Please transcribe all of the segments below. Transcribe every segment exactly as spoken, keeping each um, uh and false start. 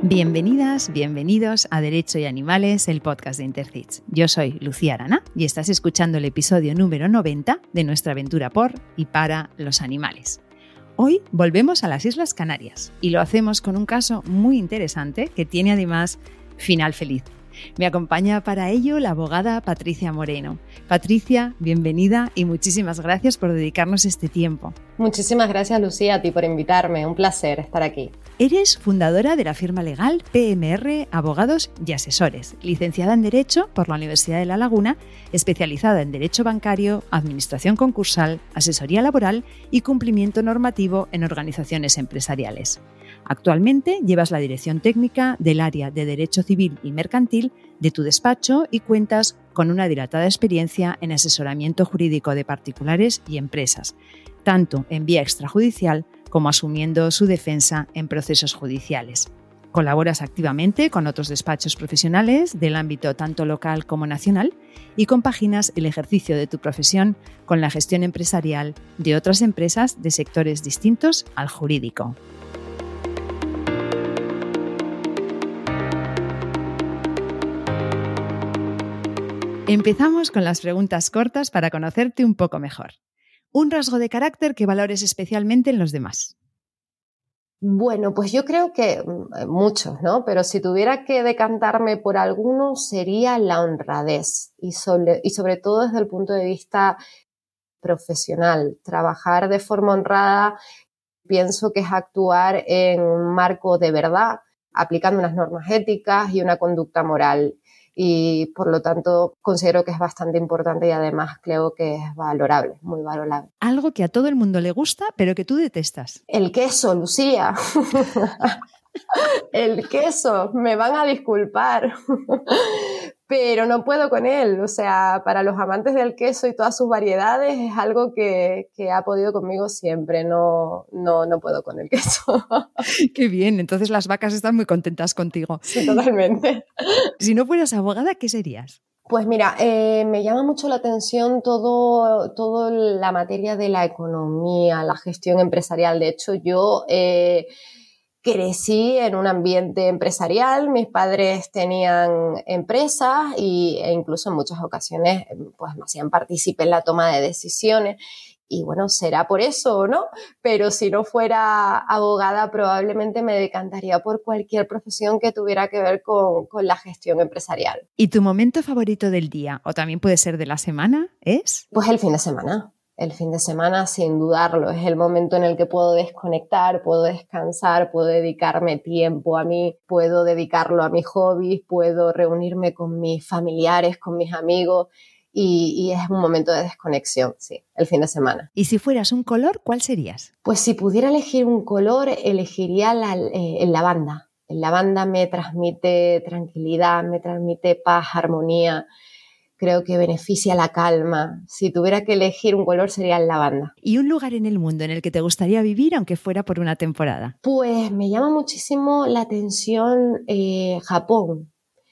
Bienvenidas, bienvenidos a Derecho y Animales, el podcast de Intercits. Yo soy Lucía Arana y estás escuchando el episodio número noventa de nuestra aventura por y para los animales. Hoy volvemos a las Islas Canarias y lo hacemos con un caso muy interesante que tiene además final feliz. Me acompaña para ello la abogada Patricia Moreno. Patricia, bienvenida y muchísimas gracias por dedicarnos este tiempo. Muchísimas gracias, Lucía, a ti por invitarme. Un placer estar aquí. Eres fundadora de la firma legal P M R Abogados y Asesores, licenciada en Derecho por la Universidad de La Laguna, especializada en Derecho Bancario, Administración Concursal, Asesoría Laboral y Cumplimiento Normativo en Organizaciones Empresariales. Actualmente llevas la dirección técnica del área de Derecho Civil y Mercantil de tu despacho y cuentas con una dilatada experiencia en asesoramiento jurídico de particulares y empresas, tanto en vía extrajudicial como asumiendo su defensa en procesos judiciales. Colaboras activamente con otros despachos profesionales del ámbito tanto local como nacional y compaginas el ejercicio de tu profesión con la gestión empresarial de otras empresas de sectores distintos al jurídico. Empezamos con las preguntas cortas para conocerte un poco mejor. Un rasgo de carácter que valores especialmente en los demás. Bueno, pues yo creo que muchos, ¿no? Pero si tuviera que decantarme por alguno sería la honradez y sobre, y sobre todo desde el punto de vista profesional. Trabajar de forma honrada pienso que es actuar en un marco de verdad, aplicando unas normas éticas y una conducta moral. Y por lo tanto considero que es bastante importante y además creo que es valorable, muy valorable. Algo que a todo el mundo le gusta, pero que tú detestas. El queso, Lucía. El queso, me van a disculpar, pero no puedo con él. O sea, para los amantes del queso y todas sus variedades es algo que, que ha podido conmigo siempre. No, no, no puedo con el queso. Qué bien, entonces las vacas están muy contentas contigo. Sí, totalmente. Si no fueras abogada, ¿qué serías? Pues mira, eh, me llama mucho la atención todo, todo la materia de la economía, la gestión empresarial. De hecho, yo eh, crecí en un ambiente empresarial, mis padres tenían empresas y, e incluso en muchas ocasiones pues, me hacían partícipe en la toma de decisiones. Y bueno, será por eso o no, pero si no fuera abogada probablemente me decantaría por cualquier profesión que tuviera que ver con, con la gestión empresarial. ¿Y tu momento favorito del día, o también puede ser de la semana, es? Pues el fin de semana. El fin de semana, sin dudarlo, es el momento en el que puedo desconectar, puedo descansar, puedo dedicarme tiempo a mí, puedo dedicarlo a mis hobbies, puedo reunirme con mis familiares, con mis amigos. Y, y es un momento de desconexión, sí, el fin de semana. ¿Y si fueras un color, cuál serías? Pues si pudiera elegir un color, elegiría la, eh, el lavanda. El lavanda me transmite tranquilidad, me transmite paz, armonía. Creo que beneficia la calma. Si tuviera que elegir un color sería el lavanda. ¿Y un lugar en el mundo en el que te gustaría vivir, aunque fuera por una temporada? Pues me llama muchísimo la atención eh, Japón.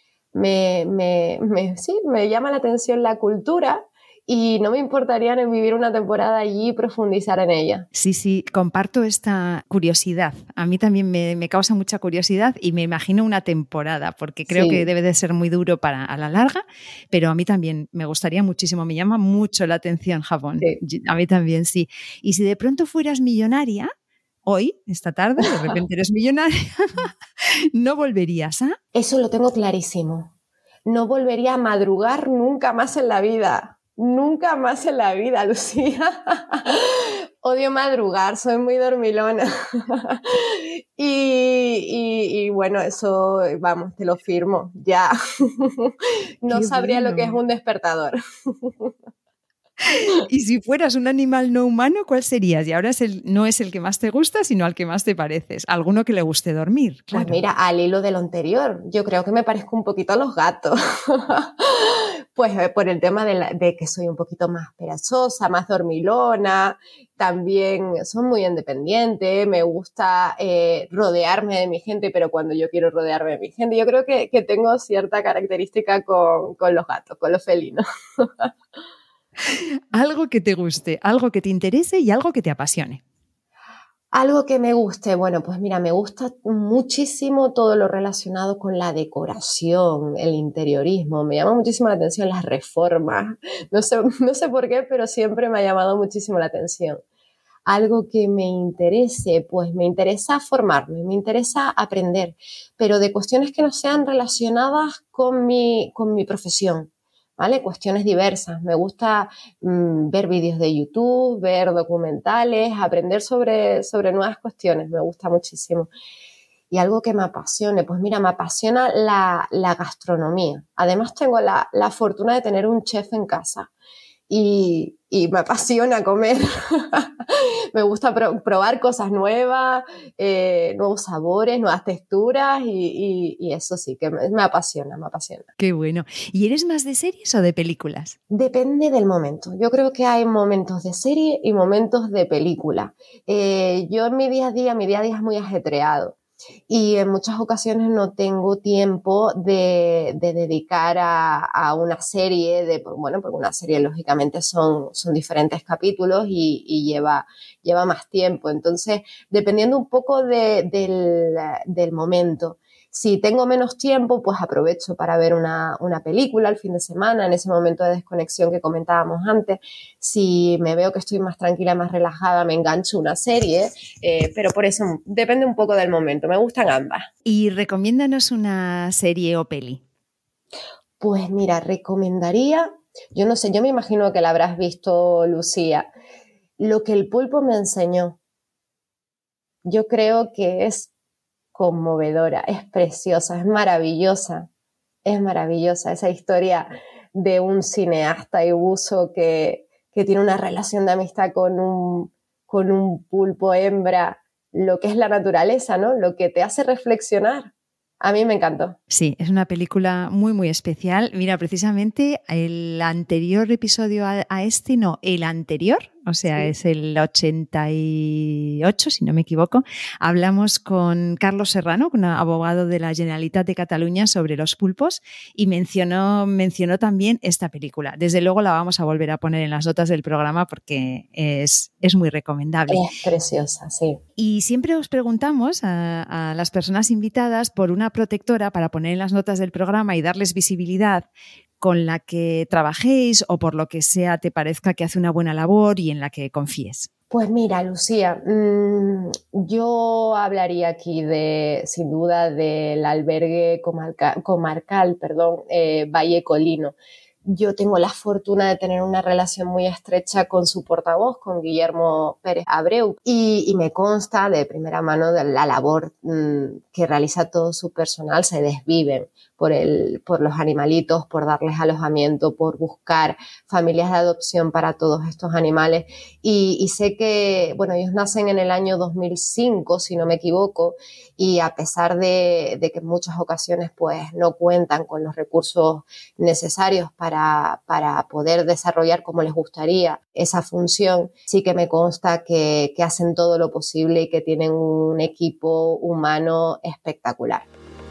Me, me, me, sí, me llama la atención la cultura y no me importaría ni vivir una temporada allí y profundizar en ella. Sí, sí, comparto esta curiosidad. A mí también me, me causa mucha curiosidad y me imagino una temporada, porque creo sí. que debe de ser muy duro para a la larga, pero a mí también me gustaría muchísimo, me llama mucho la atención Japón. Sí. A mí también, sí. Y si de pronto fueras millonaria, hoy, esta tarde, de repente eres millonaria, ¿no volverías a? Eso lo tengo clarísimo. No volvería a madrugar nunca más en la vida. Nunca más en la vida, Lucía. Odio madrugar, soy muy dormilona. y, y, y bueno, eso, vamos, te lo firmo, ya. No Qué sabría bueno. lo que es un despertador. Y si fueras un animal no humano, ¿cuál serías? Y ahora es el, no es el que más te gusta, sino al que más te pareces. Alguno que le guste dormir, claro. Pues mira, al hilo de lo anterior, yo creo que me parezco un poquito a los gatos. Pues por el tema de, la, de que soy un poquito más perezosa, más dormilona, también soy muy independiente, me gusta eh, rodearme de mi gente, pero cuando yo quiero rodearme de mi gente, yo creo que, que tengo cierta característica con, con los gatos, con los felinos. Algo que te guste, algo que te interese y algo que te apasione. Algo que me guste, bueno, pues mira, me gusta muchísimo todo lo relacionado con la decoración, el interiorismo, me llama muchísimo la atención las reformas, no sé, no sé por qué, pero siempre me ha llamado muchísimo la atención. Algo que me interese, pues me interesa formarme, me interesa aprender, pero de cuestiones que no sean relacionadas con mi, con mi profesión. ¿Vale? Cuestiones diversas. Me gusta mmm, ver vídeos de YouTube, ver documentales, aprender sobre, sobre nuevas cuestiones. Me gusta muchísimo. Y algo que me apasione, pues mira, me apasiona la, la gastronomía. Además tengo la, la fortuna de tener un chef en casa. Y, y me apasiona comer. Me gusta pro, probar cosas nuevas, eh, nuevos sabores, nuevas texturas y, y, y eso sí, que me, me apasiona, me apasiona. Qué bueno. ¿Y eres más de series o de películas? Depende del momento. Yo creo que hay momentos de serie y momentos de película. Eh, yo en mi día a día, mi día a día es muy ajetreado. Y en muchas ocasiones no tengo tiempo de, de dedicar a, a una serie, de, bueno, porque una serie lógicamente son, son diferentes capítulos y, y lleva, lleva más tiempo. Entonces, dependiendo un poco de, del, del momento. Si tengo menos tiempo, pues aprovecho para ver una, una película el fin de semana, en ese momento de desconexión que comentábamos antes. Si me veo que estoy más tranquila, más relajada, me engancho una serie, eh, pero por eso depende un poco del momento. Me gustan ambas. Y recomiéndanos una serie o peli. Pues mira, recomendaría, yo no sé, yo me imagino que la habrás visto, Lucía, Lo que el pulpo me enseñó. Yo creo que es conmovedora, es preciosa, es maravillosa, es maravillosa esa historia de un cineasta y buzo que, que tiene una relación de amistad con un, con un pulpo hembra, lo que es la naturaleza, ¿no? Lo que te hace reflexionar. A mí me encantó. Sí, es una película muy, muy especial. Mira, precisamente el anterior episodio a, a este, no, el anterior, o sea, sí. Es el ochenta y ocho, si no me equivoco, hablamos con Carlos Serrano, un abogado de la Generalitat de Cataluña, sobre los pulpos y mencionó, mencionó también esta película. Desde luego la vamos a volver a poner en las notas del programa porque es, es muy recomendable. Es preciosa, sí. Y siempre os preguntamos a, a las personas invitadas por una protectora para poner en las notas del programa y darles visibilidad con la que trabajéis o por lo que sea te parezca que hace una buena labor y en la que confíes. Pues mira, Lucía, mmm, yo hablaría aquí de, sin duda, del albergue comarca, comarcal, perdón, eh, Valle Colino. Yo tengo la fortuna de tener una relación muy estrecha con su portavoz, con Guillermo Pérez Abreu, y, y me consta de primera mano de la labor mmm, que realiza todo su personal, se desviven por, el, por los animalitos, por darles alojamiento, por buscar familias de adopción para todos estos animales. Y, y sé que, bueno, ellos nacen en el año dos mil cinco, si no me equivoco, y a pesar de, de que en muchas ocasiones pues no cuentan con los recursos necesarios para, para poder desarrollar como les gustaría esa función, sí que me consta que, que hacen todo lo posible y que tienen un equipo humano espectacular.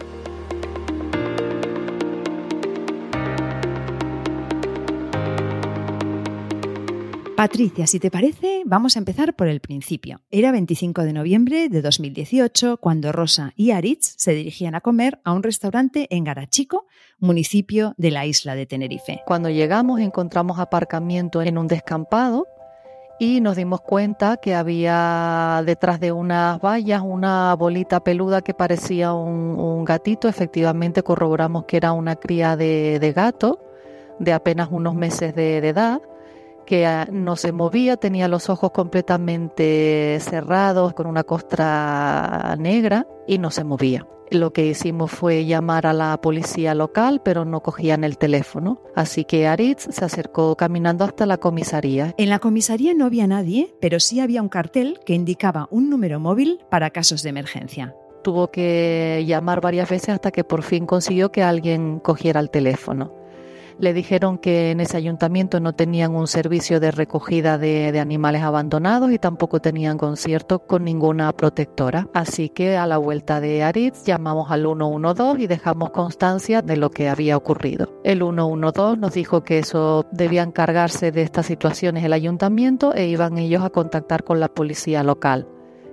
Patricia, si te parece, vamos a empezar por el principio. Era veinticinco de noviembre de dos mil dieciocho cuando Rosa y Aritz se dirigían a comer a un restaurante en Garachico, municipio de la isla de Tenerife. Cuando llegamos encontramos aparcamiento en un descampado y nos dimos cuenta que había detrás de unas vallas una bolita peluda que parecía un, un gatito. Efectivamente corroboramos que era una cría de, de gato de apenas unos meses de, de edad, que no se movía, tenía los ojos completamente cerrados con una costra negra y no se movía. Lo que hicimos fue llamar a la policía local, pero no cogían el teléfono. Así que Aritz se acercó caminando hasta la comisaría. En la comisaría no había nadie, pero sí había un cartel que indicaba un número móvil para casos de emergencia. Tuvo que llamar varias veces hasta que por fin consiguió que alguien cogiera el teléfono. Le dijeron que en ese ayuntamiento no tenían un servicio de recogida de, de animales abandonados y tampoco tenían concierto con ninguna protectora. Así que a la vuelta de Aritz llamamos al uno uno dos y dejamos constancia de lo que había ocurrido. El uno uno dos nos dijo que eso debía encargarse de estas situaciones el ayuntamiento e iban ellos a contactar con la policía local.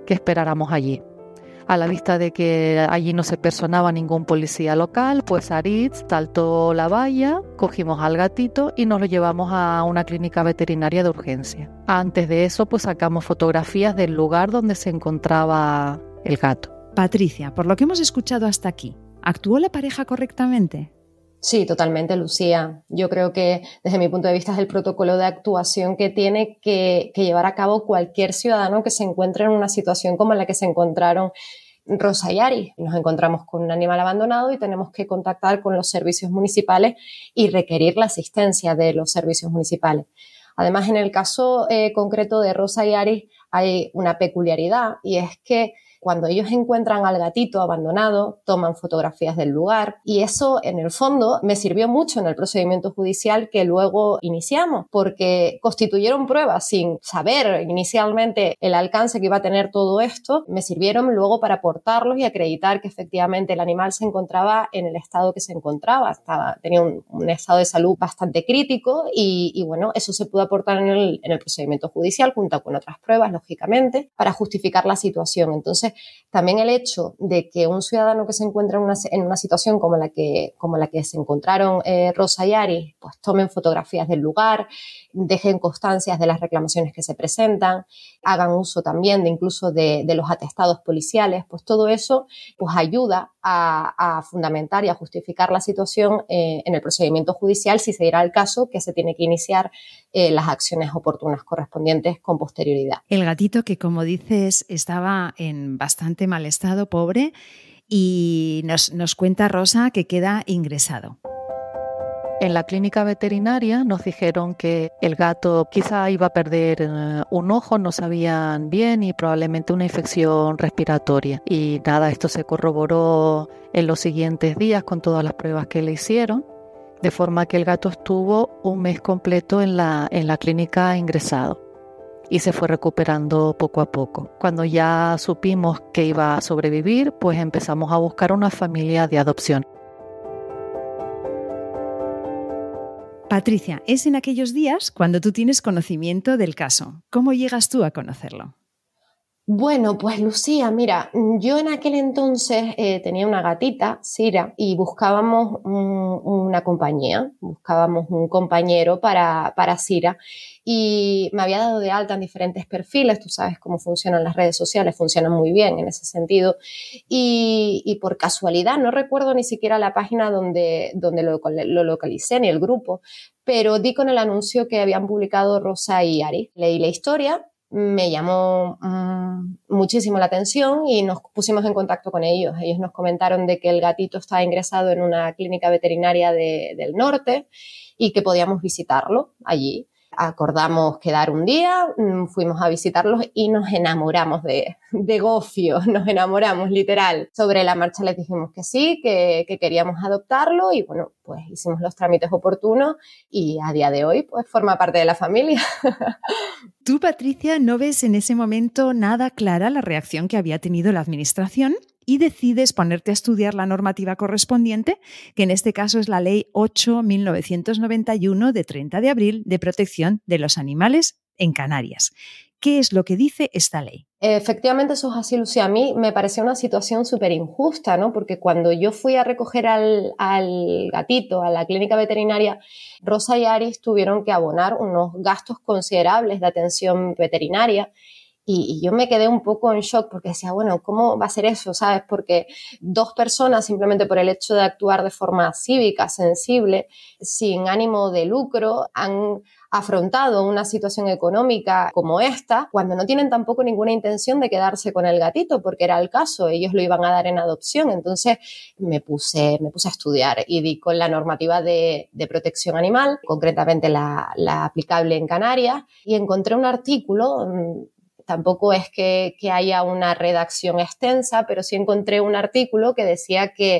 que esperáramos allí. A la vista de que allí no se personaba ningún policía local, pues Aritz saltó la valla, cogimos al gatito y nos lo llevamos a una clínica veterinaria de urgencia. Antes de eso, pues sacamos fotografías del lugar donde se encontraba el gato. Patricia, por lo que hemos escuchado hasta aquí, ¿actuó la pareja correctamente? Sí, totalmente, Lucía. Yo creo que desde mi punto de vista es el protocolo de actuación que tiene que, que llevar a cabo cualquier ciudadano que se encuentre en una situación como la que se encontraron Rosa y Aris. Nos encontramos con un animal abandonado y tenemos que contactar con los servicios municipales y requerir la asistencia de los servicios municipales. Además, en el caso eh, concreto de Rosa y Aris hay una peculiaridad y es que cuando ellos encuentran al gatito abandonado, toman fotografías del lugar y eso, en el fondo, me sirvió mucho en el procedimiento judicial que luego iniciamos, porque constituyeron pruebas sin saber inicialmente el alcance que iba a tener todo esto, me sirvieron luego para aportarlos y acreditar que efectivamente el animal se encontraba en el estado que se encontraba, estaba, tenía un, un estado de salud bastante crítico y, y bueno, eso se pudo aportar en el, en el procedimiento judicial junto con otras pruebas, lógicamente, para justificar la situación. Entonces, también el hecho de que un ciudadano que se encuentra en una, en una situación como la que, como la que se encontraron eh, Rosa y Aris, pues tomen fotografías del lugar, dejen constancias de las reclamaciones que se presentan, hagan uso también de incluso de, de los atestados policiales, pues todo eso pues ayuda a, a fundamentar y a justificar la situación eh, en el procedimiento judicial si se diera el caso que se tiene que iniciar eh, las acciones oportunas correspondientes con posterioridad. El gatito que, como dices, estaba en bastante mal estado, pobre, y nos, nos cuenta Rosa que queda ingresado. En la clínica veterinaria nos dijeron que el gato quizá iba a perder uh, un ojo, no sabían bien, y probablemente una infección respiratoria. Y nada, esto se corroboró en los siguientes días con todas las pruebas que le hicieron, de forma que el gato estuvo un mes completo en la, en la clínica ingresado y se fue recuperando poco a poco. Cuando ya supimos que iba a sobrevivir, pues empezamos a buscar una familia de adopción. Patricia, es en aquellos días cuando tú tienes conocimiento del caso. ¿Cómo llegas tú a conocerlo? Bueno, pues Lucía, mira, yo en aquel entonces eh, tenía una gatita, Sira, y buscábamos un, una compañía, buscábamos un compañero para, para Sira y me había dado de alta en diferentes perfiles, tú sabes cómo funcionan las redes sociales, funcionan muy bien en ese sentido y, y por casualidad, no recuerdo ni siquiera la página donde, donde lo, lo localicé ni el grupo, pero di con el anuncio que habían publicado Rosa y Aris, leí la historia, me llamó mmm, muchísimo la atención y nos pusimos en contacto con ellos. Ellos nos comentaron de que el gatito estaba ingresado en una clínica veterinaria de, del norte y que podíamos visitarlo allí. Acordamos quedar un día, fuimos a visitarlos y nos enamoramos de, de Gofio, nos enamoramos literal. Sobre la marcha les dijimos que sí, que, que queríamos adoptarlo y bueno, pues hicimos los trámites oportunos y a día de hoy pues forma parte de la familia. Tú, Patricia, no ves en ese momento nada clara la reacción que había tenido la administración y decides ponerte a estudiar la normativa correspondiente, que en este caso es la Ley ocho barra mil novecientos noventa y uno de treinta de abril de protección de los animales en Canarias. ¿Qué es lo que dice esta ley? Efectivamente, eso es así, Lucía. A mí me pareció una situación súper injusta, ¿no? Porque cuando yo fui a recoger al, al gatito a la clínica veterinaria, Rosa y Aris tuvieron que abonar unos gastos considerables de atención veterinaria. Y, y yo me quedé un poco en shock porque decía, bueno, ¿cómo va a ser eso? ¿Sabes? Porque dos personas, simplemente por el hecho de actuar de forma cívica, sensible, sin ánimo de lucro, han afrontado una situación económica como esta, cuando no tienen tampoco ninguna intención de quedarse con el gatito, porque era el caso, ellos lo iban a dar en adopción. Entonces me puse, me puse a estudiar y di con la normativa de, de protección animal, concretamente la, la aplicable en Canarias, y encontré un artículo. Tampoco es que, que haya una redacción extensa, pero sí encontré un artículo que decía que,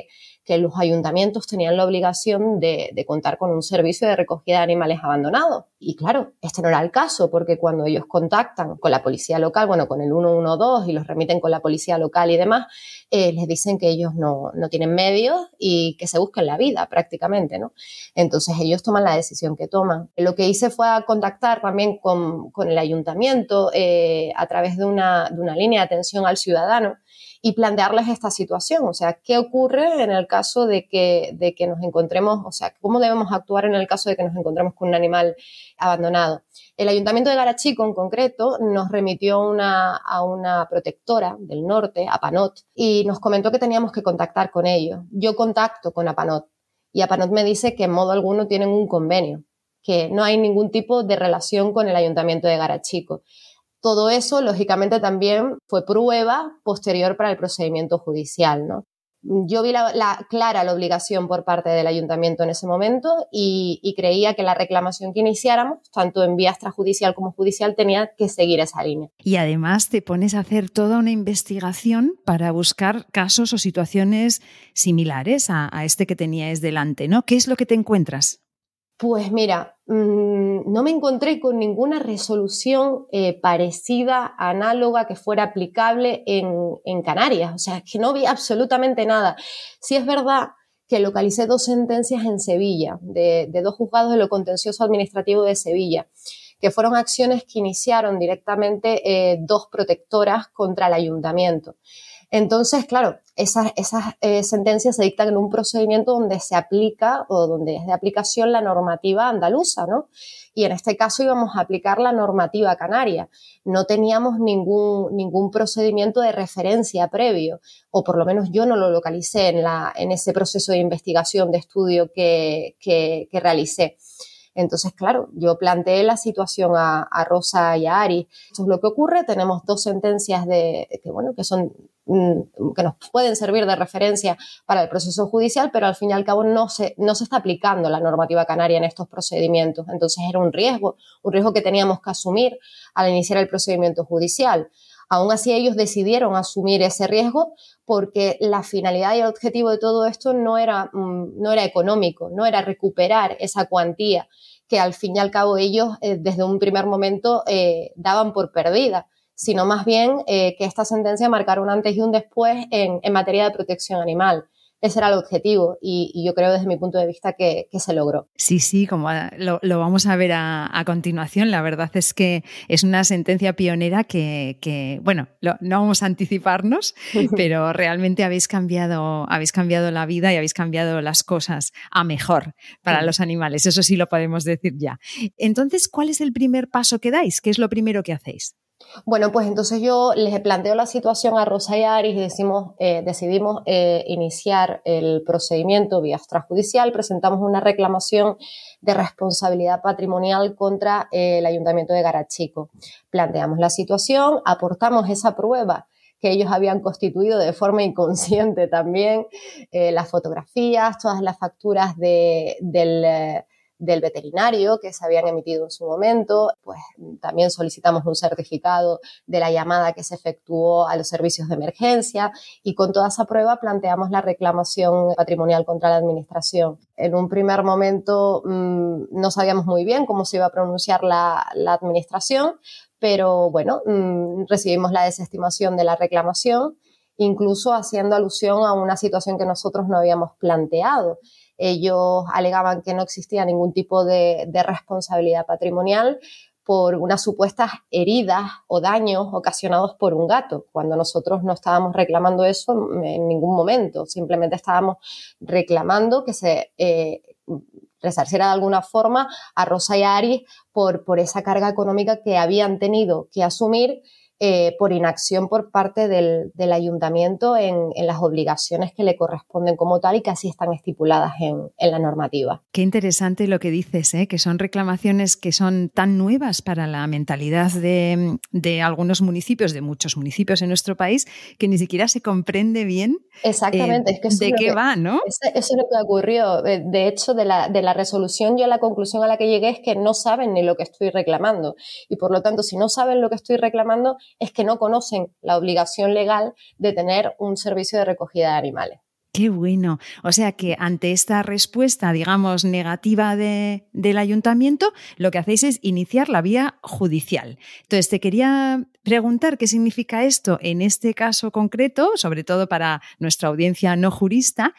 que los ayuntamientos tenían la obligación de, de contar con un servicio de recogida de animales abandonados. Y claro, este no era el caso, porque cuando ellos contactan con la policía local, bueno, con el uno uno dos y los remiten con la policía local y demás, eh, les dicen que ellos no, no tienen medios y que se busquen la vida prácticamente, ¿no? Entonces ellos toman la decisión que toman. Lo que hice fue a contactar también con, con el ayuntamiento eh, a través de una, de una línea de atención al ciudadano y plantearles esta situación, o sea, ¿qué ocurre en el caso de que, de que nos encontremos, o sea, cómo debemos actuar en el caso de que nos encontremos con un animal abandonado? El Ayuntamiento de Garachico, en concreto, nos remitió una, a una protectora del norte, APANOT, y nos comentó que teníamos que contactar con ellos. Yo contacto con APANOT y APANOT me dice que en modo alguno tienen un convenio, que no hay ningún tipo de relación con el Ayuntamiento de Garachico. Todo eso, lógicamente, también fue prueba posterior para el procedimiento judicial, ¿no? Yo vi la, la, clara la obligación por parte del ayuntamiento en ese momento y, y creía que la reclamación que iniciáramos, tanto en vía extrajudicial como judicial, tenía que seguir esa línea. Y además te pones a hacer toda una investigación para buscar casos o situaciones similares a, a este que teníais delante, ¿no? ¿Qué es lo que te encuentras? Pues mira, mmm, no me encontré con ninguna resolución eh, parecida, análoga, que fuera aplicable en, en Canarias. O sea, que no vi absolutamente nada. Sí es verdad que localicé dos sentencias en Sevilla, de, de dos juzgados de lo contencioso administrativo de Sevilla, que fueron acciones que iniciaron directamente eh, dos protectoras contra el ayuntamiento. Entonces, claro, esas, esas eh, sentencias se dictan en un procedimiento donde se aplica o donde es de aplicación la normativa andaluza, ¿no? Y en este caso íbamos a aplicar la normativa canaria. No teníamos ningún, ningún procedimiento de referencia previo, o por lo menos yo no lo localicé en, la, en ese proceso de investigación, de estudio que, que, que realicé. Entonces, claro, yo planteé la situación a, a Rosa y a Ari. Esto es lo que ocurre. Tenemos dos sentencias de, que, bueno, que son, que nos pueden servir de referencia para el proceso judicial, pero al fin y al cabo no se, no se está aplicando la normativa canaria en estos procedimientos. Entonces era un riesgo, un riesgo que teníamos que asumir al iniciar el procedimiento judicial. Aún así, ellos decidieron asumir ese riesgo porque la finalidad y el objetivo de todo esto no era, no era económico, no era recuperar esa cuantía que al fin y al cabo ellos eh, desde un primer momento eh, daban por perdida, sino más bien eh, que esta sentencia marcara un antes y un después en, en materia de protección animal. Ese era el objetivo y, y yo creo desde mi punto de vista que, que se logró. Sí, sí, como lo, lo vamos a ver a, a continuación. La verdad es que es una sentencia pionera que, que bueno, lo, no vamos a anticiparnos, pero realmente habéis cambiado, habéis cambiado la vida y habéis cambiado las cosas a mejor para los animales. Eso sí lo podemos decir ya. Entonces, ¿cuál es el primer paso que dais? ¿Qué es lo primero que hacéis? Bueno, pues entonces yo les planteo la situación a Rosa y a Aris y decimos, eh, decidimos eh, iniciar el procedimiento vía extrajudicial. Presentamos una reclamación de responsabilidad patrimonial contra eh, el Ayuntamiento de Garachico. Planteamos la situación, aportamos esa prueba que ellos habían constituido de forma inconsciente también, eh, las fotografías, todas las facturas de, del... Eh, del veterinario que se habían emitido en su momento, pues también solicitamos un certificado de la llamada que se efectuó a los servicios de emergencia y con toda esa prueba planteamos la reclamación patrimonial contra la administración. En un primer momento mmm, no sabíamos muy bien cómo se iba a pronunciar la, la administración, pero bueno, mmm, recibimos la desestimación de la reclamación, incluso haciendo alusión a una situación que nosotros no habíamos planteado. Ellos alegaban que no existía ningún tipo de, de responsabilidad patrimonial por unas supuestas heridas o daños ocasionados por un gato, cuando nosotros no estábamos reclamando eso en ningún momento, simplemente estábamos reclamando que se eh, resarciera de alguna forma a Rosa y a Aris por, por esa carga económica que habían tenido que asumir Eh, por inacción por parte del, del ayuntamiento en, en las obligaciones que le corresponden como tal y que así están estipuladas en, en la normativa. Qué interesante lo que dices, ¿eh? Que son reclamaciones que son tan nuevas para la mentalidad de, de algunos municipios, de muchos municipios en nuestro país, que ni siquiera se comprende bien Exactamente, eh, es que eso de es qué que, va, ¿no? Eso, eso es lo que ocurrió. De hecho, de la, de la resolución yo la conclusión a la que llegué es que no saben ni lo que estoy reclamando y por lo tanto, si no saben lo que estoy reclamando es que no conocen la obligación legal de tener un servicio de recogida de animales. Qué bueno. O sea que ante esta respuesta, digamos, negativa de, del ayuntamiento, lo que hacéis es iniciar la vía judicial. Entonces, te quería preguntar qué significa esto en este caso concreto, sobre todo para nuestra audiencia no jurista,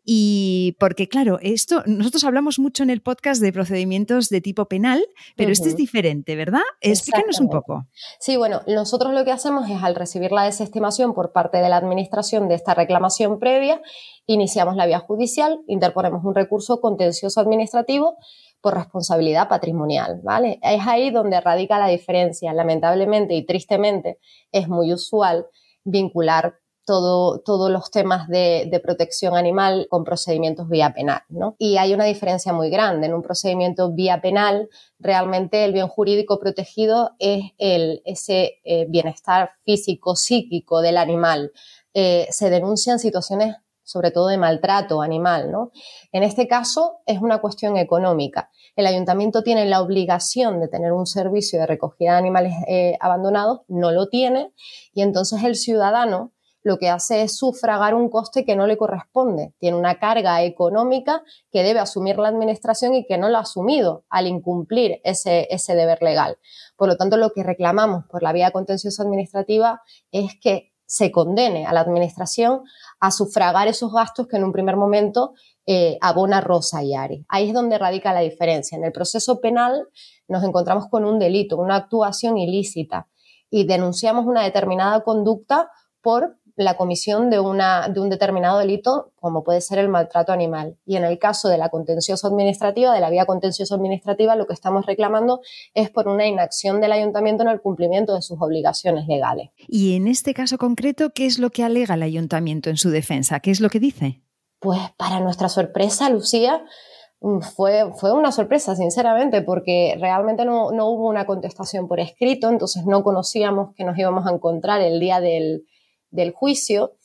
y porque, claro, esto nosotros hablamos mucho en el podcast de procedimientos de tipo penal, pero uh-huh. este es diferente, ¿verdad? Explícanos un poco. Sí, bueno, nosotros lo que hacemos es, al recibir la desestimación por parte de la administración de esta reclamación previa, iniciamos la vía judicial, interponemos un recurso contencioso administrativo por responsabilidad patrimonial, ¿vale? Es ahí donde radica la diferencia. Lamentablemente y tristemente es muy usual vincular todo, todos los temas de, de protección animal con procedimientos vía penal, ¿no? Y hay una diferencia muy grande. En un procedimiento vía penal, realmente el bien jurídico protegido es el, ese eh, bienestar físico, psíquico del animal. Eh, se denuncian situaciones sobre todo de maltrato animal, ¿no? En este caso es una cuestión económica. El ayuntamiento tiene la obligación de tener un servicio de recogida de animales eh, abandonados, no lo tiene, y entonces el ciudadano lo que hace es sufragar un coste que no le corresponde. Tiene una carga económica que debe asumir la administración y que no lo ha asumido al incumplir ese, ese deber legal. Por lo tanto, lo que reclamamos por la vía contenciosa administrativa es que se condene a la administración a sufragar esos gastos que en un primer momento eh, abona Rosa y Ari. Ahí es donde radica la diferencia. En el proceso penal nos encontramos con un delito, una actuación ilícita, y denunciamos una determinada conducta por la comisión de, una, de un determinado delito, como puede ser el maltrato animal. Y en el caso de la contenciosa administrativa, de la vía contenciosa administrativa, lo que estamos reclamando es por una inacción del ayuntamiento en el cumplimiento de sus obligaciones legales. Y en este caso concreto, ¿qué es lo que alega el ayuntamiento en su defensa? ¿Qué es lo que dice? Pues para nuestra sorpresa, Lucía, fue, fue una sorpresa, sinceramente, porque realmente no, no hubo una contestación por escrito, entonces no conocíamos que nos íbamos a encontrar el día del del juicio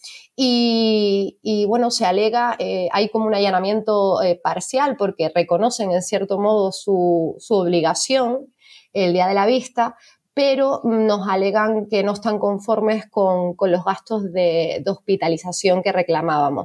y, y bueno, se alega, eh, hay como un allanamiento eh, parcial porque reconocen en cierto modo su, su obligación el día de la vista, pero nos alegan que no están conformes con, con los gastos de, de hospitalización que reclamábamos.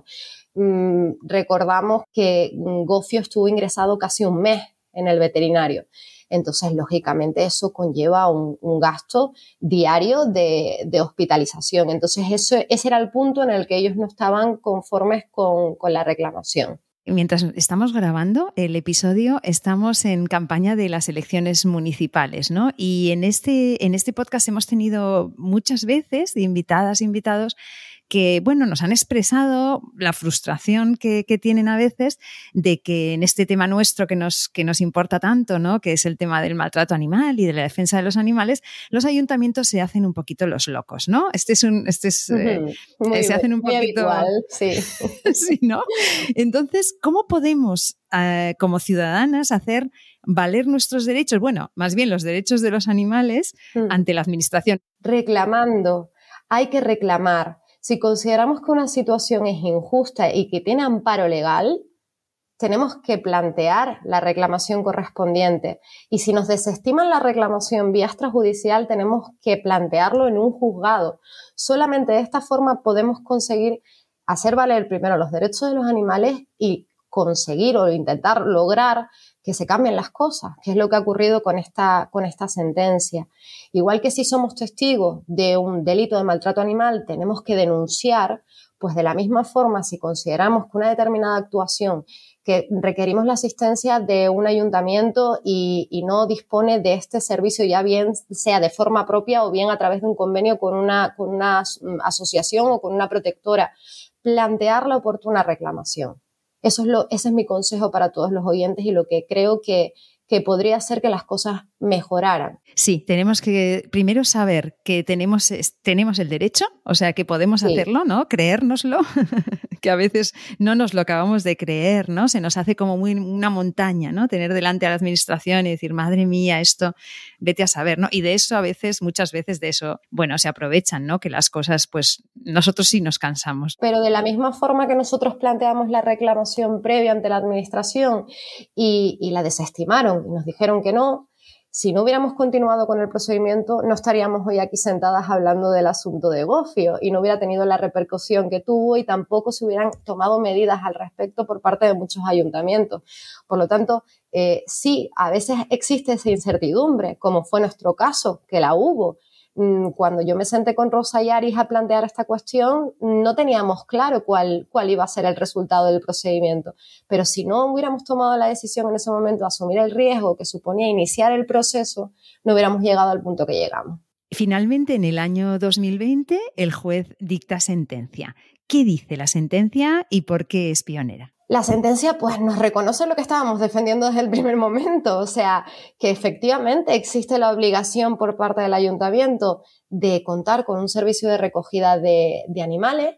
Mm, recordamos que Gofio estuvo ingresado casi un mes en el veterinario. Entonces, lógicamente, eso conlleva un, un gasto diario de, de hospitalización. Entonces, eso, ese era el punto en el que ellos no estaban conformes con, con la reclamación. Mientras estamos grabando el episodio, estamos en campaña de las elecciones municipales, ¿no? Y en este, en este podcast hemos tenido muchas veces invitadas, invitados, que, bueno, nos han expresado la frustración que, que tienen a veces de que en este tema nuestro que nos, que nos importa tanto, ¿no? Que es el tema del maltrato animal y de la defensa de los animales, los ayuntamientos se hacen un poquito los locos, ¿no? Este es un, este es, eh, muy, se hacen un muy poquito, habitual, sí. sí, ¿no? Entonces, ¿cómo podemos, eh, como ciudadanas, hacer valer nuestros derechos? Bueno, más bien los derechos de los animales mm. ante la administración. Reclamando, hay que reclamar. Si consideramos que una situación es injusta y que tiene amparo legal, tenemos que plantear la reclamación correspondiente. Y si nos desestiman la reclamación vía extrajudicial, tenemos que plantearlo en un juzgado. Solamente de esta forma podemos conseguir hacer valer primero los derechos de los animales y conseguir o intentar lograr que se cambien las cosas, que es lo que ha ocurrido con esta, con esta sentencia. Igual que si somos testigos de un delito de maltrato animal, tenemos que denunciar, pues de la misma forma, si consideramos que una determinada actuación, que requerimos la asistencia de un ayuntamiento y, y no dispone de este servicio, ya bien sea de forma propia o bien a través de un convenio con una, con una asociación o con una protectora, plantear la oportuna reclamación. Eso es lo, ese es mi consejo para todos los oyentes y lo que creo que, que podría hacer que las cosas mejoraran. Sí, tenemos que primero saber que tenemos, tenemos el derecho, o sea, que podemos sí. hacerlo, ¿no? Creérnoslo, que a veces no nos lo acabamos de creer, ¿no? Se nos hace como muy una montaña, ¿no? Tener delante a la administración y decir, madre mía, esto, vete a saber, ¿no? Y de eso a veces, muchas veces de eso, bueno, se aprovechan, ¿no? Que las cosas, pues, nosotros sí nos cansamos. Pero de la misma forma que nosotros planteamos la reclamación previa ante la administración y, y la desestimaron y nos dijeron que no, Si no hubiéramos continuado con el procedimiento, no estaríamos hoy aquí sentadas hablando del asunto de Gofio y no hubiera tenido la repercusión que tuvo y tampoco se hubieran tomado medidas al respecto por parte de muchos ayuntamientos. Por lo tanto, eh, sí, a veces existe esa incertidumbre, como fue nuestro caso, que la hubo. Cuando yo me senté con Rosa y Aris a plantear esta cuestión, no teníamos claro cuál, cuál iba a ser el resultado del procedimiento. Pero si no hubiéramos tomado la decisión en ese momento de asumir el riesgo que suponía iniciar el proceso, no hubiéramos llegado al punto que llegamos. Finalmente, en el año dos mil veinte, el juez dicta sentencia. ¿Qué dice la sentencia y por qué es pionera? La sentencia pues nos reconoce lo que estábamos defendiendo desde el primer momento, o sea, que efectivamente existe la obligación por parte del ayuntamiento de contar con un servicio de recogida de, de animales,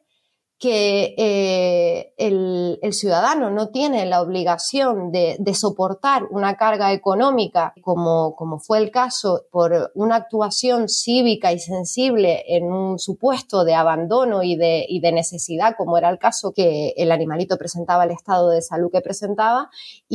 que eh, el, el ciudadano no tiene la obligación de, de soportar una carga económica, como, como fue el caso, por una actuación cívica y sensible en un supuesto de abandono y de, y de necesidad, como era el caso que el animalito presentaba, el estado de salud que presentaba,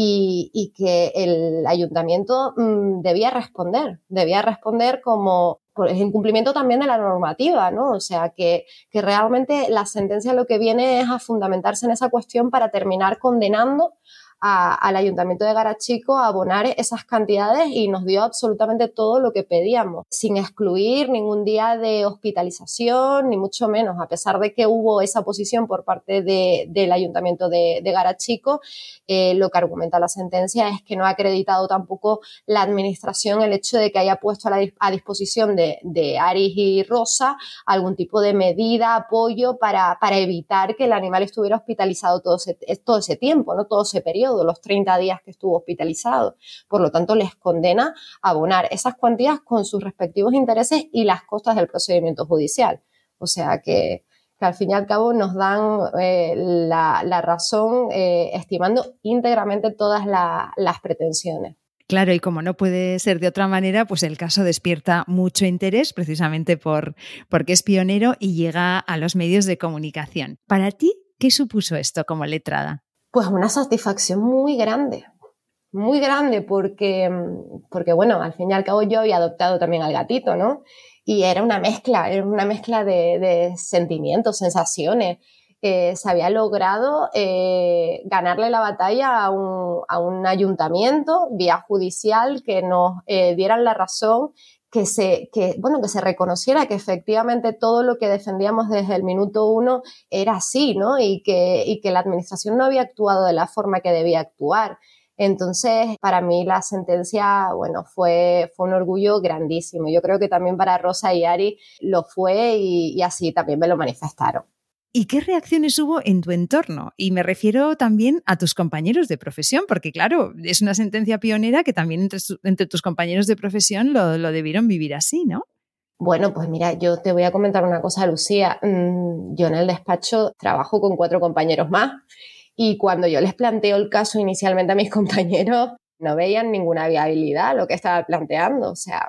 y, y que el ayuntamiento mmm, debía responder, debía responder como es incumplimiento también de la normativa, ¿no? O sea, que, que realmente la sentencia lo que viene es a fundamentarse en esa cuestión para terminar condenando a, al Ayuntamiento de Garachico a abonar esas cantidades y nos dio absolutamente todo lo que pedíamos, sin excluir ningún día de hospitalización, ni mucho menos, a pesar de que hubo esa posición por parte de, del Ayuntamiento de, de Garachico, eh, lo que argumenta la sentencia es que no ha acreditado tampoco la administración el hecho de que haya puesto a, la, a disposición de, de Aris y Rosa algún tipo de medida, apoyo para, para evitar que el animal estuviera hospitalizado todo ese, todo ese tiempo, ¿no? Todo ese periodo, los treinta días que estuvo hospitalizado. Por lo tanto, les condena a abonar esas cuantías con sus respectivos intereses y las costas del procedimiento judicial. O sea que, que al fin y al cabo nos dan eh, la, la razón eh, estimando íntegramente todas la, las pretensiones. Claro, y como no puede ser de otra manera, pues el caso despierta mucho interés precisamente por, porque es pionero y llega a los medios de comunicación. Para ti, ¿qué supuso esto como letrada? Pues una satisfacción muy grande, muy grande porque, porque, bueno, al fin y al cabo yo había adoptado también al gatito, ¿no? Y era una mezcla, era una mezcla de, de sentimientos, sensaciones. Eh, se había logrado eh, ganarle la batalla a un, a un ayuntamiento vía judicial que nos eh, dieran la razón, que se, que, bueno, que se reconociera que efectivamente todo lo que defendíamos desde el minuto uno era así, ¿no? Y que, y que la administración no había actuado de la forma que debía actuar. Entonces, para mí la sentencia, bueno, fue, fue un orgullo grandísimo. Yo creo que también para Rosa y Ari lo fue y, y así también me lo manifestaron. ¿Y qué reacciones hubo en tu entorno? Y me refiero también a tus compañeros de profesión, porque claro, es una sentencia pionera que también entre, entre tus compañeros de profesión lo, lo debieron vivir así, ¿no? Bueno, pues mira, yo te voy a comentar una cosa, Lucía. Yo en el despacho trabajo con cuatro compañeros más y cuando yo les planteo el caso inicialmente a mis compañeros, no veían ninguna viabilidad a lo que estaba planteando. O sea,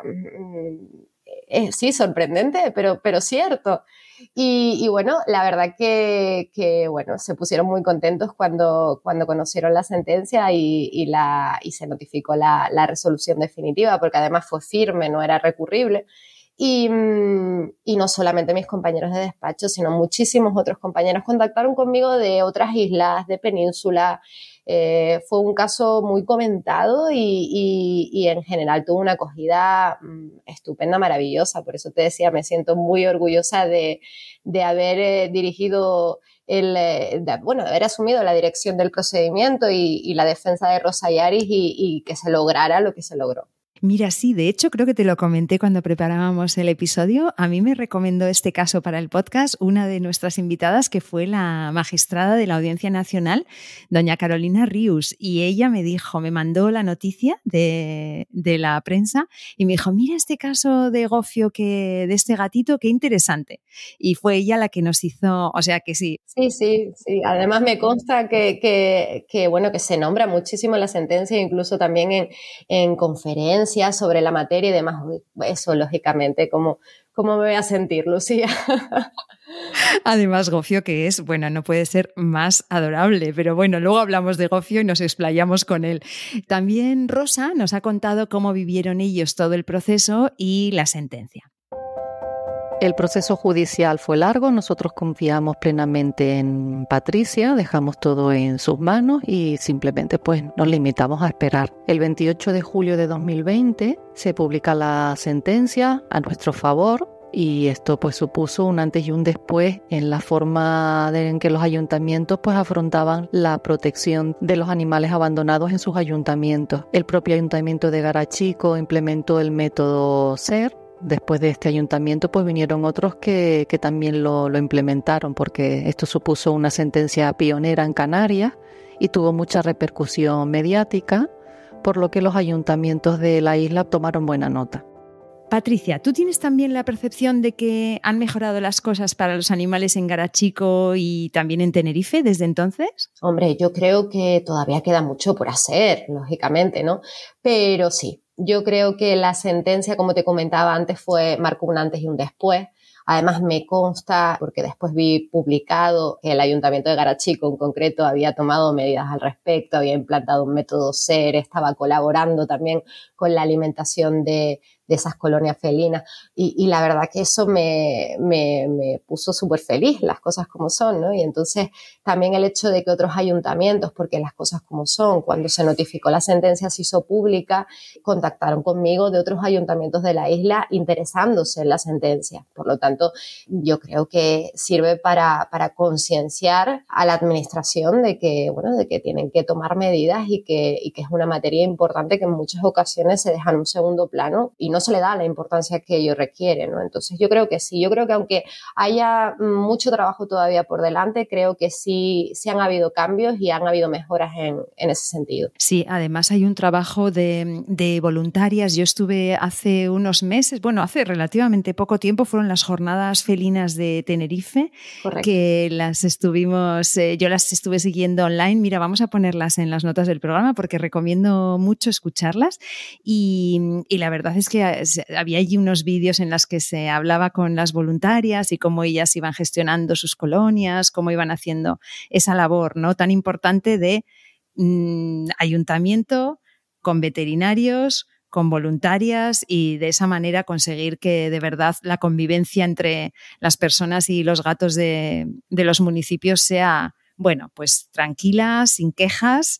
es, sí, sorprendente, pero, pero cierto. Y, y bueno, la verdad que, que bueno, se pusieron muy contentos cuando, cuando conocieron la sentencia y, y, la, y se notificó la, la resolución definitiva, porque además fue firme, no era recurrible. Y, y no solamente mis compañeros de despacho, sino muchísimos otros compañeros contactaron conmigo de otras islas, de península. Eh, fue un caso muy comentado y, y, y en general tuvo una acogida mmm, estupenda, maravillosa. Por eso te decía, me siento muy orgullosa de, de haber eh, dirigido, el, de, bueno, de haber asumido la dirección del procedimiento y, y la defensa de Rosa y Aris y, y que se lograra lo que se logró. Mira, sí, de hecho creo que te lo comenté cuando preparábamos el episodio. A mí me recomendó este caso para el podcast una de nuestras invitadas que fue la magistrada de la Audiencia Nacional, doña Carolina Rius, y ella me dijo, me mandó la noticia de, de la prensa y me dijo, mira este caso de Gofio, que, de este gatito, qué interesante. Y fue ella la que nos hizo, o sea que sí. Sí, sí, sí. Además me consta que, que, que bueno, que se nombra muchísimo en la sentencia, incluso también en, en conferencias sobre la materia y demás. Eso, lógicamente, ¿cómo, cómo me voy a sentir, Lucía? Además, Gofio, que es, bueno, no puede ser más adorable, pero bueno, luego hablamos de Gofio y nos explayamos con él. También Rosa nos ha contado cómo vivieron ellos todo el proceso y la sentencia. El proceso judicial fue largo, nosotros confiamos plenamente en Patricia, dejamos todo en sus manos y simplemente pues nos limitamos a esperar. El veintiocho de julio de dos mil veinte se publica la sentencia a nuestro favor y esto pues supuso un antes y un después en la forma de, en que los ayuntamientos pues afrontaban la protección de los animales abandonados en sus ayuntamientos. El propio ayuntamiento de Garachico implementó el método S E R. Después de este ayuntamiento pues vinieron otros que, que también lo, lo implementaron porque esto supuso una sentencia pionera en Canarias y tuvo mucha repercusión mediática, por lo que los ayuntamientos de la isla tomaron buena nota. Patricia, ¿tú tienes también la percepción de que han mejorado las cosas para los animales en Garachico y también en Tenerife desde entonces? Hombre, yo creo que todavía queda mucho por hacer, lógicamente, ¿no? Pero sí. Yo creo que la sentencia, como te comentaba antes, fue marcó un antes y un después. Además, me consta, porque después vi publicado que el Ayuntamiento de Garachico en concreto había tomado medidas al respecto, había implantado un método S E R, estaba colaborando también con la alimentación de, de esas colonias felinas. Y, y la verdad que eso me, me, me puso súper feliz, las cosas como son, ¿no? Y entonces también el hecho de que otros ayuntamientos, porque las cosas como son, cuando se notificó la sentencia se hizo pública, contactaron conmigo de otros ayuntamientos de la isla interesándose en la sentencia. Por lo tanto, yo creo que sirve para, para concienciar a la administración de que, bueno, de que tienen que tomar medidas y que, y que es una materia importante que en muchas ocasiones se deja en un segundo plano y no se le da la importancia que ello requiere, ¿no? Entonces yo creo que sí, yo creo que aunque haya mucho trabajo todavía por delante, creo que sí, sí han habido cambios y han habido mejoras en, en ese sentido. Sí, además hay un trabajo de, de voluntarias. Yo estuve hace unos meses, bueno, hace relativamente poco tiempo, fueron las jornadas felinas de Tenerife. Correcto. Que las estuvimos, eh, yo las estuve siguiendo online. Mira, vamos a ponerlas en las notas del programa porque recomiendo mucho escucharlas y, y la verdad es que había allí unos vídeos en los que se hablaba con las voluntarias y cómo ellas iban gestionando sus colonias, cómo iban haciendo esa labor, ¿no?, tan importante de mmm, ayuntamiento con veterinarios, con voluntarias y de esa manera conseguir que de verdad la convivencia entre las personas y los gatos de, de los municipios sea, bueno, pues tranquila, sin quejas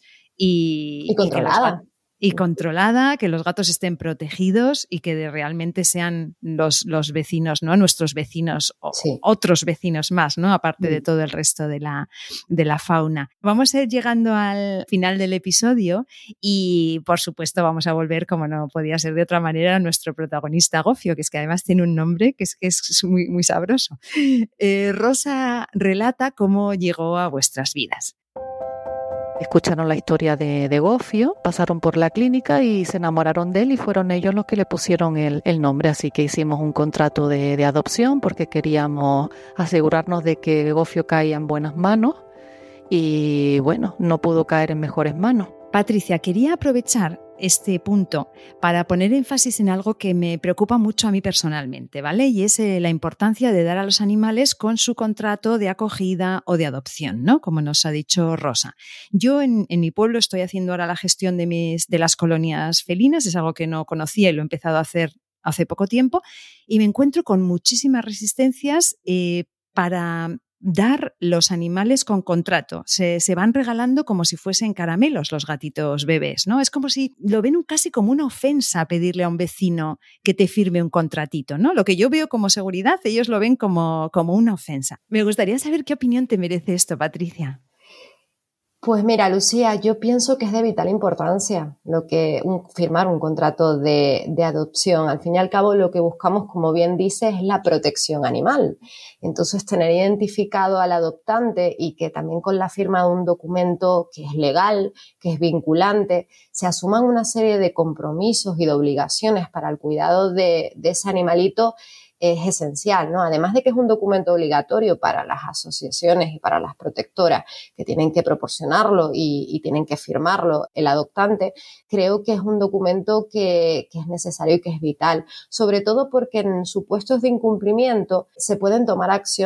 y, y controlada. Y Y controlada, que los gatos estén protegidos y que de realmente sean los, los vecinos, ¿no? Nuestros vecinos o sí. Otros vecinos más, ¿no? Aparte sí. de todo el resto de la, de la fauna. Vamos a ir llegando al final del episodio y, por supuesto, vamos a volver, como no podía ser de otra manera, a nuestro protagonista Gofio, que es que además tiene un nombre que es, que es muy, muy sabroso. Eh, Rosa relata cómo llegó a vuestras vidas. Escucharon la historia de, de Gofio, pasaron por la clínica y se enamoraron de él y fueron ellos los que le pusieron el, el nombre. Así que hicimos un contrato de, de adopción porque queríamos asegurarnos de que Gofio caía en buenas manos y bueno, no pudo caer en mejores manos. Patricia, quería aprovechar este punto para poner énfasis en algo que me preocupa mucho a mí personalmente, ¿vale? Y es eh, la importancia de dar a los animales con su contrato de acogida o de adopción, ¿no? Como nos ha dicho Rosa. Yo en, en mi pueblo estoy haciendo ahora la gestión de, mis, de las colonias felinas, es algo que no conocía y lo he empezado a hacer hace poco tiempo y me encuentro con muchísimas resistencias eh, para dar los animales con contrato. Se, se van regalando como si fuesen caramelos los gatitos bebés, ¿no? Es como si lo ven casi como una ofensa pedirle a un vecino que te firme un contratito, ¿no? Lo que yo veo como seguridad, ellos lo ven como, como una ofensa. Me gustaría saber qué opinión te merece esto, Patricia. Pues mira, Lucía, yo pienso que es de vital importancia lo que un, firmar un contrato de, de adopción. Al fin y al cabo, lo que buscamos, como bien dices, es la protección animal. Entonces, tener identificado al adoptante y que también con la firma de un documento que es legal, que es vinculante, se asuman una serie de compromisos y de obligaciones para el cuidado de, de ese animalito, es esencial, ¿no? Además de que es un documento obligatorio para las asociaciones y para las protectoras que tienen que proporcionarlo y, y tienen que firmarlo el adoptante, creo que es un documento que, que es necesario y que es vital, sobre todo porque en supuestos de incumplimiento se pueden tomar acciones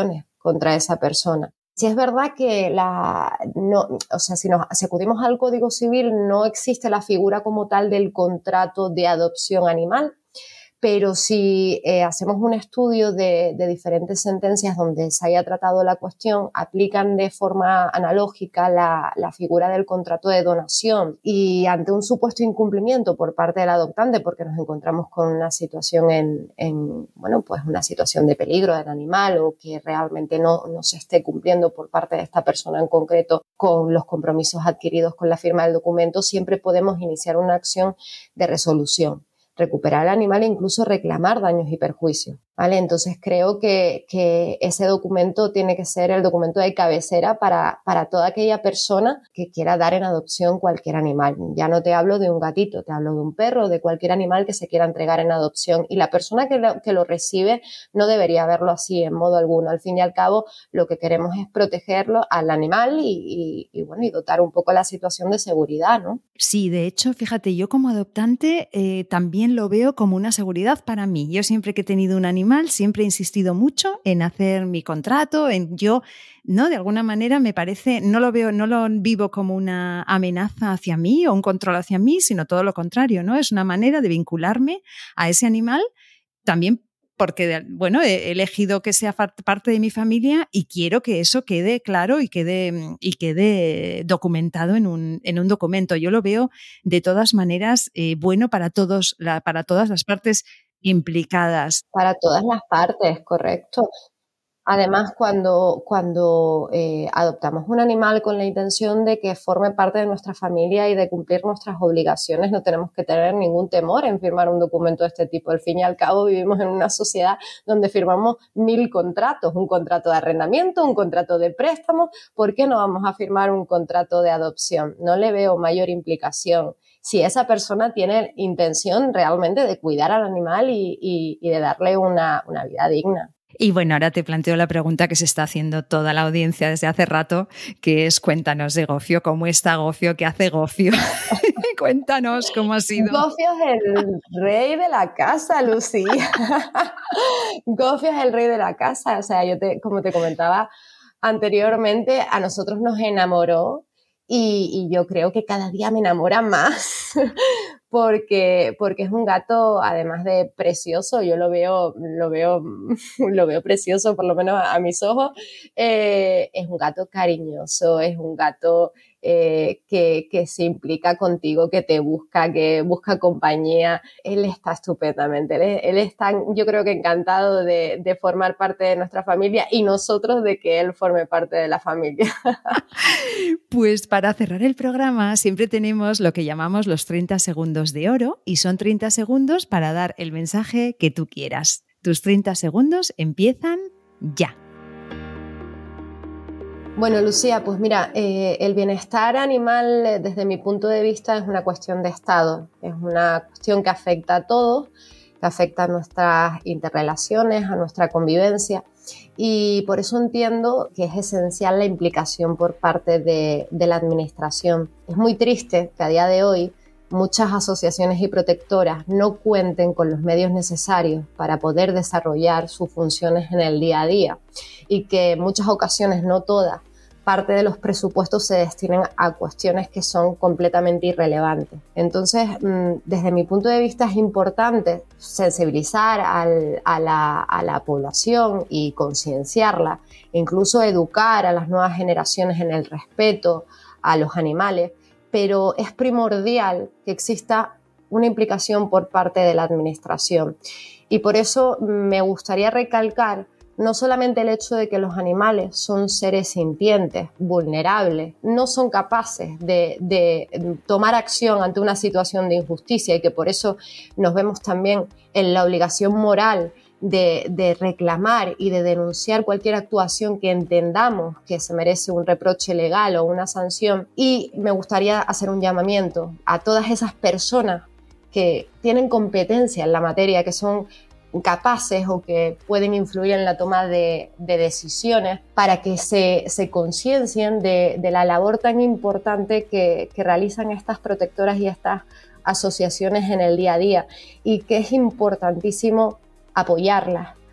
contra esa persona. Si es verdad que la, no, o sea, si nos si acudimos al Código Civil, no existe la figura como tal del contrato de adopción animal, pero si eh, hacemos un estudio de, de diferentes sentencias donde se haya tratado la cuestión, aplican de forma analógica la, la figura del contrato de donación, y ante un supuesto incumplimiento por parte del adoptante, porque nos encontramos con una situación en, en bueno, pues una situación de peligro del animal, o que realmente no, no se esté cumpliendo por parte de esta persona en concreto con los compromisos adquiridos con la firma del documento, siempre podemos iniciar una acción de resolución, recuperar el animal e incluso reclamar daños y perjuicios, ¿vale? Entonces creo que, que ese documento tiene que ser el documento de cabecera para, para toda aquella persona que quiera dar en adopción cualquier animal. Ya no te hablo de un gatito, te hablo de un perro, de cualquier animal que se quiera entregar en adopción, y la persona que lo, que lo recibe no debería verlo así en modo alguno. Al fin y al cabo, lo que queremos es protegerlo al animal y, y, y bueno, y dotar un poco la situación de seguridad, ¿no? Sí, de hecho, fíjate, yo como adoptante eh, también lo veo como una seguridad para mí. Yo siempre que he tenido un animal, siempre he insistido mucho en hacer mi contrato, en yo, ¿no? De alguna manera me parece, no lo veo, no lo vivo como una amenaza hacia mí o un control hacia mí, sino todo lo contrario, ¿no? Es una manera de vincularme a ese animal también, porque, bueno, he elegido que sea parte de mi familia y quiero que eso quede claro y quede, y quede documentado en un, en un documento. Yo lo veo de todas maneras eh, bueno para, todos, la, para todas las partes implicadas. Para todas las partes, correcto. Además, cuando, cuando eh, adoptamos un animal con la intención de que forme parte de nuestra familia y de cumplir nuestras obligaciones, no tenemos que tener ningún temor en firmar un documento de este tipo. Al fin y al cabo, vivimos en una sociedad donde firmamos mil contratos, un contrato de arrendamiento, un contrato de préstamo. ¿Por qué no vamos a firmar un contrato de adopción? No le veo mayor implicación si esa persona tiene intención realmente de cuidar al animal y, y, y de darle una, una vida digna. Y bueno, ahora te planteo la pregunta que se está haciendo toda la audiencia desde hace rato, que es cuéntanos de Gofio, ¿cómo está Gofio? ¿Qué hace Gofio? Cuéntanos cómo ha sido. Gofio es el rey de la casa, Lucía. Gofio es el rey de la casa. O sea, yo te, como te comentaba anteriormente, a nosotros nos enamoró y, y yo creo que cada día me enamora más. Porque, porque es un gato, además de precioso, yo lo veo, lo veo, lo veo precioso, por lo menos a, a mis ojos, eh, es un gato cariñoso, es un gato eh, que, que se implica contigo, que te busca, que busca compañía. Él está estupendamente, él, él está, yo creo que encantado de, de formar parte de nuestra familia y nosotros de que él forme parte de la familia. Pues para cerrar el programa siempre tenemos lo que llamamos los treinta segundos de oro, y son treinta segundos para dar el mensaje que tú quieras. Tus treinta segundos empiezan ya. Bueno, Lucía, pues mira, eh, el bienestar animal eh, desde mi punto de vista es una cuestión de estado, es una cuestión que afecta a todos, que afecta a nuestras interrelaciones, a nuestra convivencia, y por eso entiendo que es esencial la implicación por parte de, de la administración. Es muy triste que a día de hoy muchas asociaciones y protectoras no cuenten con los medios necesarios para poder desarrollar sus funciones en el día a día, y que en muchas ocasiones, no todas, parte de los presupuestos se destinen a cuestiones que son completamente irrelevantes. Entonces, desde mi punto de vista es importante sensibilizar al, a, la, a la población y concienciarla, e incluso educar a las nuevas generaciones en el respeto a los animales, pero es primordial que exista una implicación por parte de la administración. Y por eso me gustaría recalcar no solamente el hecho de que los animales son seres sintientes, vulnerables, no son capaces de, de tomar acción ante una situación de injusticia, y que por eso nos vemos también en la obligación moral de, de reclamar y de denunciar cualquier actuación que entendamos que se merece un reproche legal o una sanción. Y me gustaría hacer un llamamiento a todas esas personas que tienen competencia en la materia, que son capaces o que pueden influir en la toma de, de decisiones, para que se, se conciencien de, de la labor tan importante que, que realizan estas protectoras y estas asociaciones en el día a día, y que es importantísimo apoyarlas,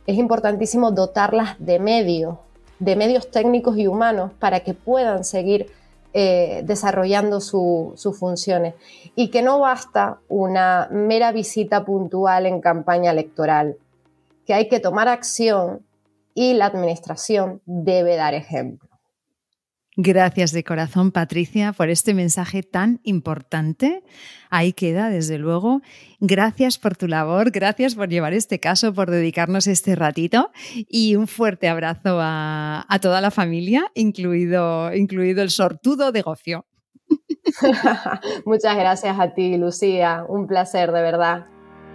es importantísimo dotarlas de medios, de medios técnicos y humanos para que puedan seguir eh, desarrollando su, sus funciones. Y que no basta una mera visita puntual en campaña electoral, que hay que tomar acción y la administración debe dar ejemplo. Gracias de corazón, Patricia, por este mensaje tan importante. Ahí queda, desde luego. Gracias por tu labor, gracias por llevar este caso, por dedicarnos este ratito y un fuerte abrazo a, a toda la familia, incluido, incluido el sortudo de Gocio. Muchas gracias a ti, Lucía. Un placer, de verdad.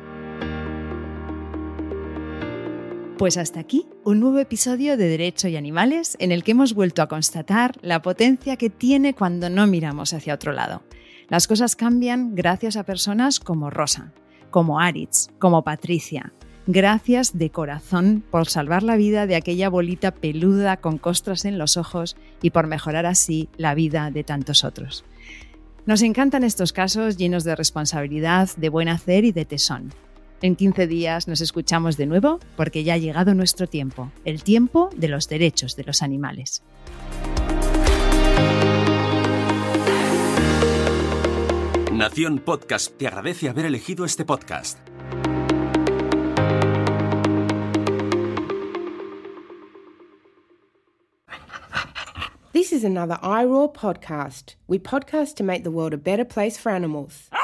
Pues hasta aquí un nuevo episodio de Derecho y Animales en el que hemos vuelto a constatar la potencia que tiene cuando no miramos hacia otro lado. Las cosas cambian gracias a personas como Rosa, como Aritz, como Patricia. Gracias de corazón por salvar la vida de aquella bolita peluda con costras en los ojos y por mejorar así la vida de tantos otros. Nos encantan estos casos llenos de responsabilidad, de buen hacer y de tesón. En quince días nos escuchamos de nuevo porque ya ha llegado nuestro tiempo, el tiempo de los derechos de los animales. Nación Podcast te agradece haber elegido este podcast. This is another I R O A R podcast. We podcast to make the world a better place for animals.